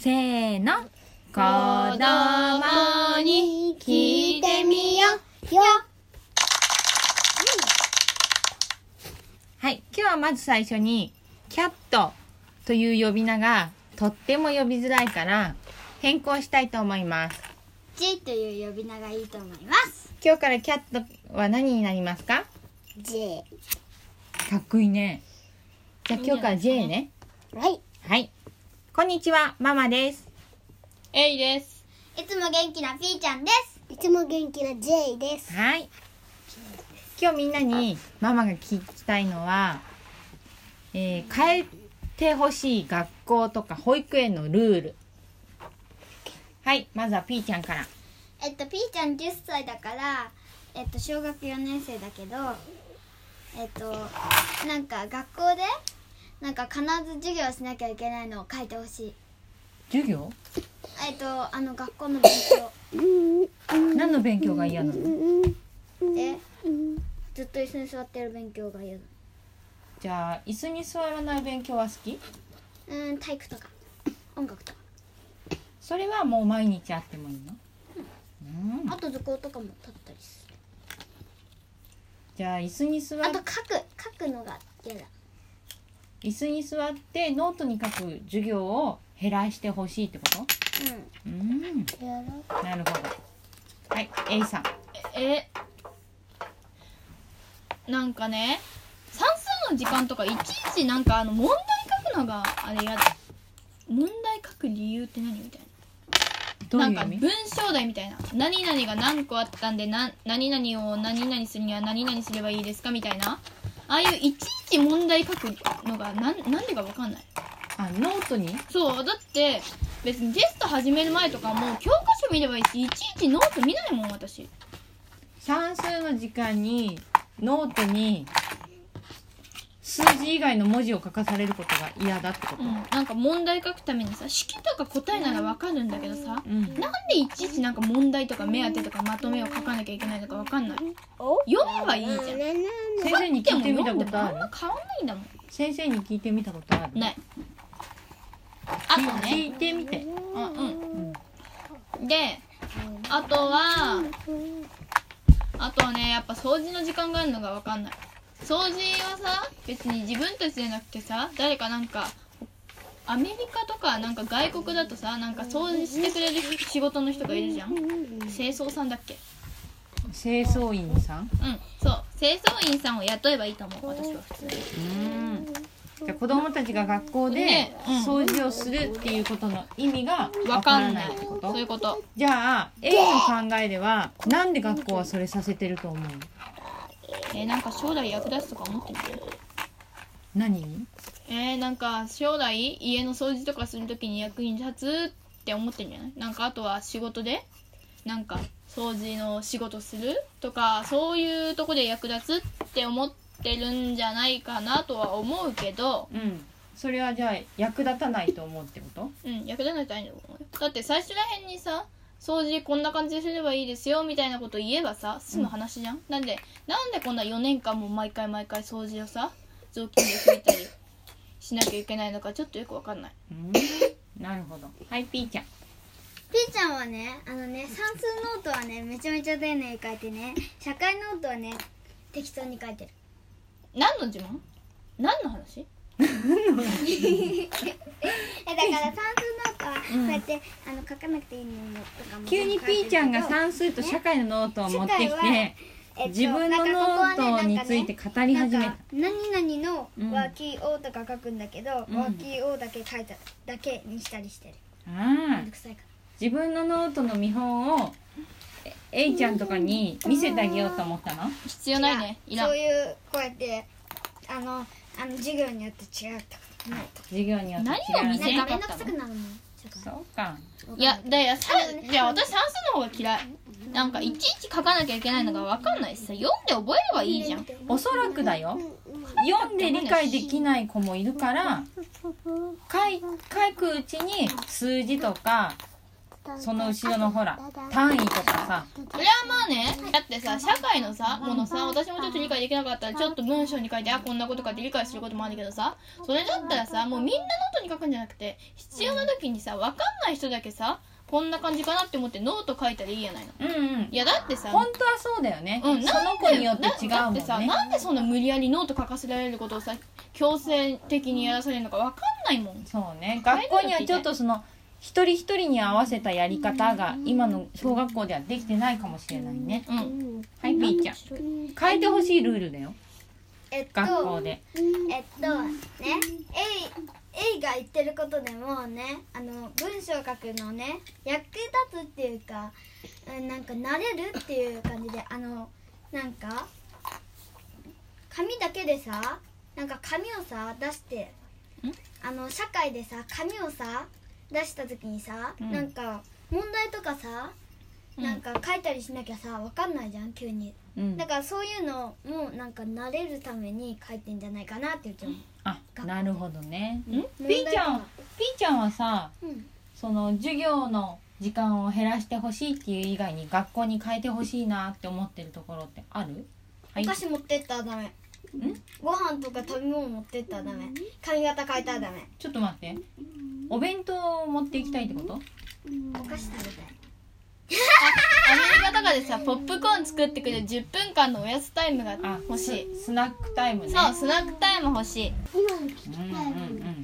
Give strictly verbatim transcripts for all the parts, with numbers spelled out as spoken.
せーの。子供に聞いてみよよ。はい、今日はまず最初にキャットという呼び名がとっても呼びづらいから変更したいと思います。 J という呼び名がいいと思います。 今日からキャットは何になりますか？ J。 かっこいいね。じゃあ今日から J ね。 はいはい、こんにちは、ママです。 エイです。 いつも元気な P ちゃんです。いつも元気な J です。 はい、今日みんなにママが聞きたいのは、えー、変えてほしい学校とか保育園のルール。はい、まずは P ちゃんから。 えっと P ちゃんじゅっさいだから、えっと小学よねん生だけど、えっとなんか学校でなんか必ず授業しなきゃいけないのを書いてほしい。 授業？ えっとあの学校の勉強。 何の勉強が嫌なの？ でずっと椅子に座ってる勉強が嫌だ。 じゃあ椅子に座らない勉強は好き？ うん、体育とか音楽とか。 それはもう毎日あってもいいの？うん、 あと図工とかも立ったりする。 じゃあ椅子に座っあと書く書くのが嫌だ。 椅子に座ってノートに書く授業を減らしてほしいってこと？ うん。 うん、なるほど。はい、A さん。 え、なんかね、算数の時間とかいちいちなんかあの問題書くのがあれやだ。問題書く理由って何みたいな。 どういう意味？ なんか文章題みたいな。何々が何個あったんでな何々を何々するには何々すればいいですかみたいな。ああいういちいち問題書くのがなんなんでかわかんない。 あ、ノートに？ そうだって別にテスト始める前とかも教科書見ればいいし、いちいちノート見ないもん私。 算数の時間にノートに数字以外の文字を書かされることが嫌だってこと？ うん、なんか問題書くためにさ、式とか答えならわかるんだけどさ、 うん、 なんでいちいちなんか問題とか目当てとかまとめを書かなきゃいけないのかわかんない。読めばいいじゃん。 先生に聞いてみたことある？ あんま変わんないんだもん。 先生に聞いてみたことある？ ない。あと聞いね、 てみて。 あ、うん。で、あとはあとはね、やっぱ掃除の時間があるのがわかんない。掃除はさ、別に自分たちじゃなくてさ、誰かなんかアメリカとかなんか外国だとさ、なんか掃除してくれる仕事の人がいるじゃん。清掃さんだっけ？ 清掃員さん？ うん、そう。清掃員さんを雇えばいいと思う、私は普通に。 うん。じゃあ子供たちが学校で掃除をするっていうことの意味がわからないってこと？ そういうこと。 じゃあ A の考えではなんで学校はそれさせてると思う？ えー、なんか将来役立つとか思ってる？ 何に？ えー、なんか将来家の掃除とかするときに役に立つって思ってるんじゃない？なんかあとは仕事でなんか掃除の仕事するとかそういうとこで役立つって思ってるんじゃないかなとは思うけど、 うん、それはじゃあ役立たないと思うってこと？ うん、役立たないとないんだと思うよ。だって最初らへんにさ、掃除こんな感じですればいいですよみたいなこと言えばさ済む話じゃん、うん、なんでなんでこんなよねんかんも毎回毎回掃除をさ雑巾で拭いたりしなきゃいけないのかちょっとよくわかんない。 うん、なるほど。はい、 P ちゃん。 P ちゃんはね、あのね、算数ノートはねめちゃめちゃ丁寧に書いてね、社会ノートはね適当に書いてる。 何の自慢？何の話？ えだから算数ノートはこうやって、うん、あの書かなくていいのとかも急に P ちゃんが算数と社会のノートを持ってきて、 ねえっと、 自分のノートについて語り始めた。 何々のワーキー O とか書くんだけど、うん、ワーキー O だけ書いただけにしたりしてる。 ああ、自分のノートの見本をA ちゃんとかに見せてあげようと思ったの？ 必要ないね。いらん。 そういうこうやってあのあの授業によって違うとか。 授業によって違う、ね。 何を見せなかったの？ なんかめんどくさくなるもん。 そうか。 いや、だやさ、いや私算数の方が嫌い。なんかいちいち書かなきゃいけないのが分かんないしさ、読んで覚えればいいじゃん。 おそらくだよ。読んで理解できない子もいるから、書い書くうちに数字とかその後ろのほら単位とかさ、 それはまあね、だってさ社会のさものさ、私もちょっと理解できなかったらちょっと文章に書いて、あこんなことかって理解することもあるけどさ、それだったらさもうみんなノートに書くんじゃなくて、必要な時にさ分かんない人だけさこんな感じかなって思ってノート書いたらいいやないの。 うんうん、 いやだってさ本当はそうだよね、 うん、 その子によって違うもんね。 だってさ、なんでそんな無理やりノート書かせられることをさ強制的にやらされるのか分かんないもん。 そうね、学校にはちょっとその一人一人に合わせたやり方が今の小学校ではできてないかもしれないね。 うん、 はい、ピーちゃん変えてほしいルールだよ、 えっと学校で。 えっとね、A, A が言ってることでもね、あの文章書くのね役立つっていうか、なんか慣れるっていう感じで、あのなんか紙だけでさ、なんか紙をさ出して、あの社会でさ紙をさ出した時にさ、 うん、 なんか問題とかさ、なんか書いたりしなきゃさ分かんないじゃん急に、うん、だからそういうのもなんか慣れるために書いてんじゃないかなって言っちゃう。 あ、なるほどね。 うん、 ピーちゃん、ピーちゃんはさ、 うん、 その授業の時間を減らしてほしいっていう以外に学校に変えてほしいなって思ってるところってある？はい、 お菓子持ってったらダメ。ん？ご飯とか食べ物持ってったらダメ。髪型変えたらダメ。 ちょっと待って、お弁当を持っていきたいってこと？ お菓子食べたい。 アメリカとかでさポップコーン作ってくれるじゅっぷんかんのおやつタイムが欲しい。 スナックタイムね。 そう、スナックタイム欲しい。 うんうんうん、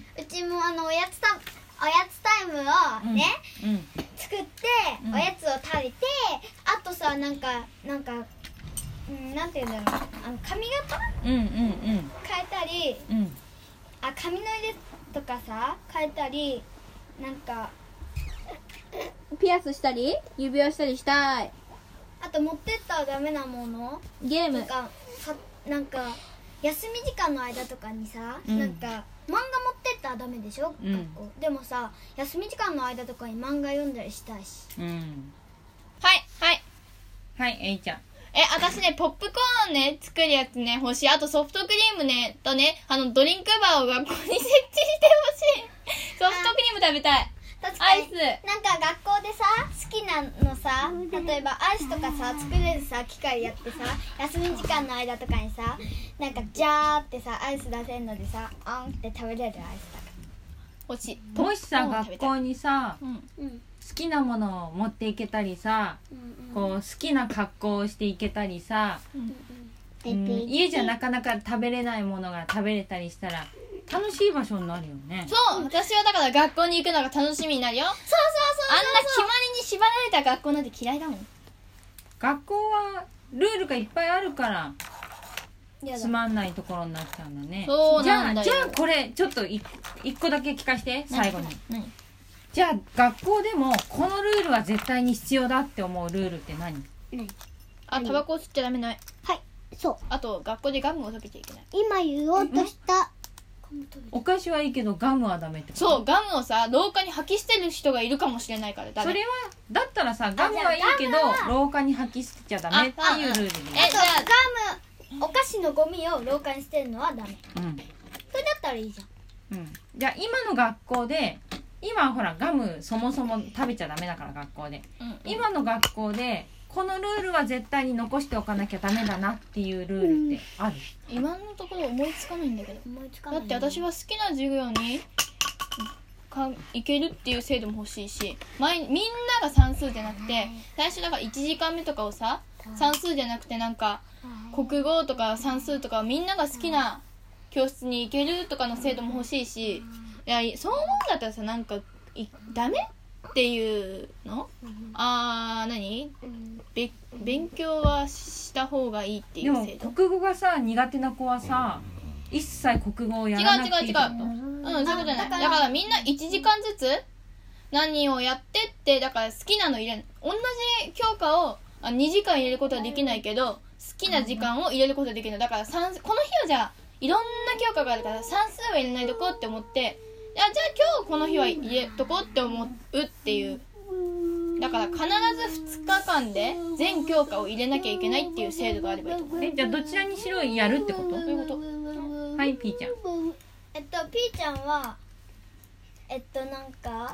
うちもあのおやつタおやつタイムをね、うんうん、作って、うん、おやつを食べて、あとさなんかなんか、うん、なんていうんだろう、あの髪型、 うんうんうん、 変えたり、 うん、 あ髪の入れとかさ変えたり、なんかピアスしたり指輪したりしたい。 あと持ってったらダメなものゲームとかさ、なんか休み時間の間とかにさ、うん、なんか漫画持ってったらダメでしょ、うん、学校でもさ休み時間の間とかに漫画読んだりしたいし、 うん、 はいはいはい、えいちゃん。 え、私ね、ポップコーンね、作るやつね、欲しい。あとソフトクリームね、とね、あの、ドリンクバーを学校に設置してほしい。ソフトクリーム食べたい。 確かにアイス。 なんか学校でさ、好きなのさ、例えばアイスとかさ、作れるさ、機械やってさ、休み時間の間とかにさ、なんかジャーってさ、アイス出せるのでさ、あんって食べれるアイスだから欲しい。 もしさ、学校にさ、 うん、 好きなものを持っていけたりさ、うん、こう好きな格好をしていけたりさ、うんうん、家じゃなかなか食べれないものが食べれたりしたら楽しい場所になるよね。 そう、私はだから学校に行くのが楽しみになるよ。そうそうそうそう。あんな決まりに縛られた学校なんて嫌いだもん。 学校はルールがいっぱいあるからつまんないところになっちゃうんだね。 そうなんだよ。 じゃあじゃあこれちょっと一個だけ聞かせて、最後に。 何？ じゃあ学校でもこのルールは絶対に必要だって思うルールって何？ あ、タバコを吸っちゃダメない。 はい、そう。 あと学校でガムを食べちゃいけない。 今言おうとした。 お菓子はいいけどガムはダメってこと？ そう、ガムをさ廊下に吐き捨てる人がいるかもしれないからダメ。 それはだったらさ、ガムはいいけど廊下に吐き捨てちゃダメっていうルールでいい。 え、じゃあガム、お菓子のゴミを廊下に捨てるのはダメ。うん。それだったらいいじゃん。 うん。じゃあ今の学校で、今ほらガムそもそも食べちゃダメだから学校で、うんうん、今の学校でこのルールは絶対に残しておかなきゃダメだなっていうルールってある？ うん、今のところ思いつかないんだけど。思いつかない。だって私は好きな授業にか行けるっていう制度も欲しいし、前みんなが算数じゃなくて、最初だからいちじかんめとかをさ、算数じゃなくてなんか国語とか算数とかみんなが好きな教室に行けるとかの制度も欲しいし、いやそう思うんだったらさ、なんかいダメっていうの、うん、あー何、うん、べ勉強はした方がいいっていう制度。 でも国語がさ苦手な子はさ、一切国語をやらなくていいってこと？ 違う違う違う、うん、そういうことじゃない。だから、だからみんないちじかんずつ何をやってって、だから好きなの入れる。同じ教科をあにじかん入れることはできないけど、好きな時間を入れることはできる。だから算この日はじゃあいろんな教科があるから算数は入れないとこって思って、いやじゃあ今日この日は入れとこって思うっていう。だから必ずふつかかんで全教科を入れなきゃいけないっていう制度があればいいと思う。 え、じゃあどちらにしろやるってこと？ そういうこと。 はい、ピーちゃん。 えっとピーちゃんはえっとなんか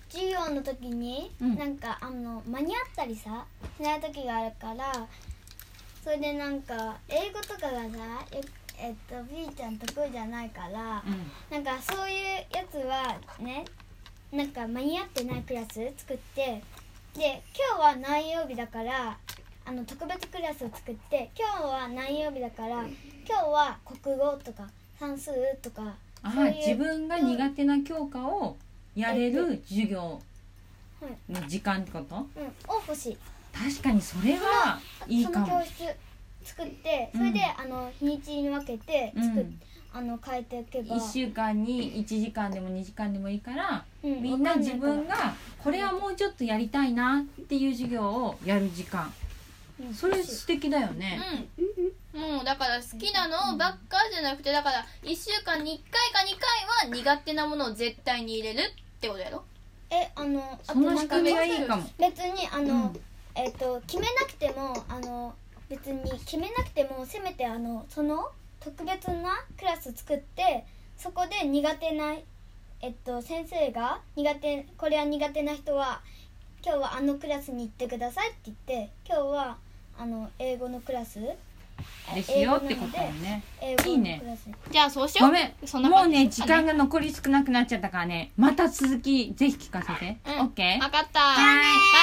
授業の時に、 うんなんかあの間に合ったりさしない時があるから、それでなんか英語とかがさええっと B ちゃん得意じゃないから、 うんなんかそういうやつはね、なんか間に合ってないクラス作って、で今日は何曜日だからあの特別クラスを作って、今日は何曜日だから今日は国語とか算数とか、 あそういう自分が苦手な教科をやれる授業の時間ってこと？ うん、を欲しい。 確かにそれはいいかも。 その教室作って、それで、うん、あの日にちに分けて作っ、うん、あの変えていけば、 いっしゅうかんにいちじかんでもにじかんでもいいから、 うん、 みんな自分がこれはもうちょっとやりたいなっていう授業をやる時間、うん、それ素敵だよね。 うん、もうだから好きなのばっかじゃなくて、だからいっしゅうかんにいっかいかにかいは苦手なものを絶対に入れるってことやろ。 え、あのあその仕組みがいいかも。 別にあの、うん、えっと決めなくてもあの別に決めなくてもせめてあのその特別なクラス作って、そこで苦手なえっと先生が苦手これは苦手な人は今日はあのクラスに行ってくださいって言って、今日はあの英語のクラスですよってことだよね。いいね。 じゃあそうしよう。 ごめん、そんなもうね時間が残り少なくなっちゃったからね、また続きぜひ聞かせて。 うん、 オッケー。 分かった。 じゃあねー。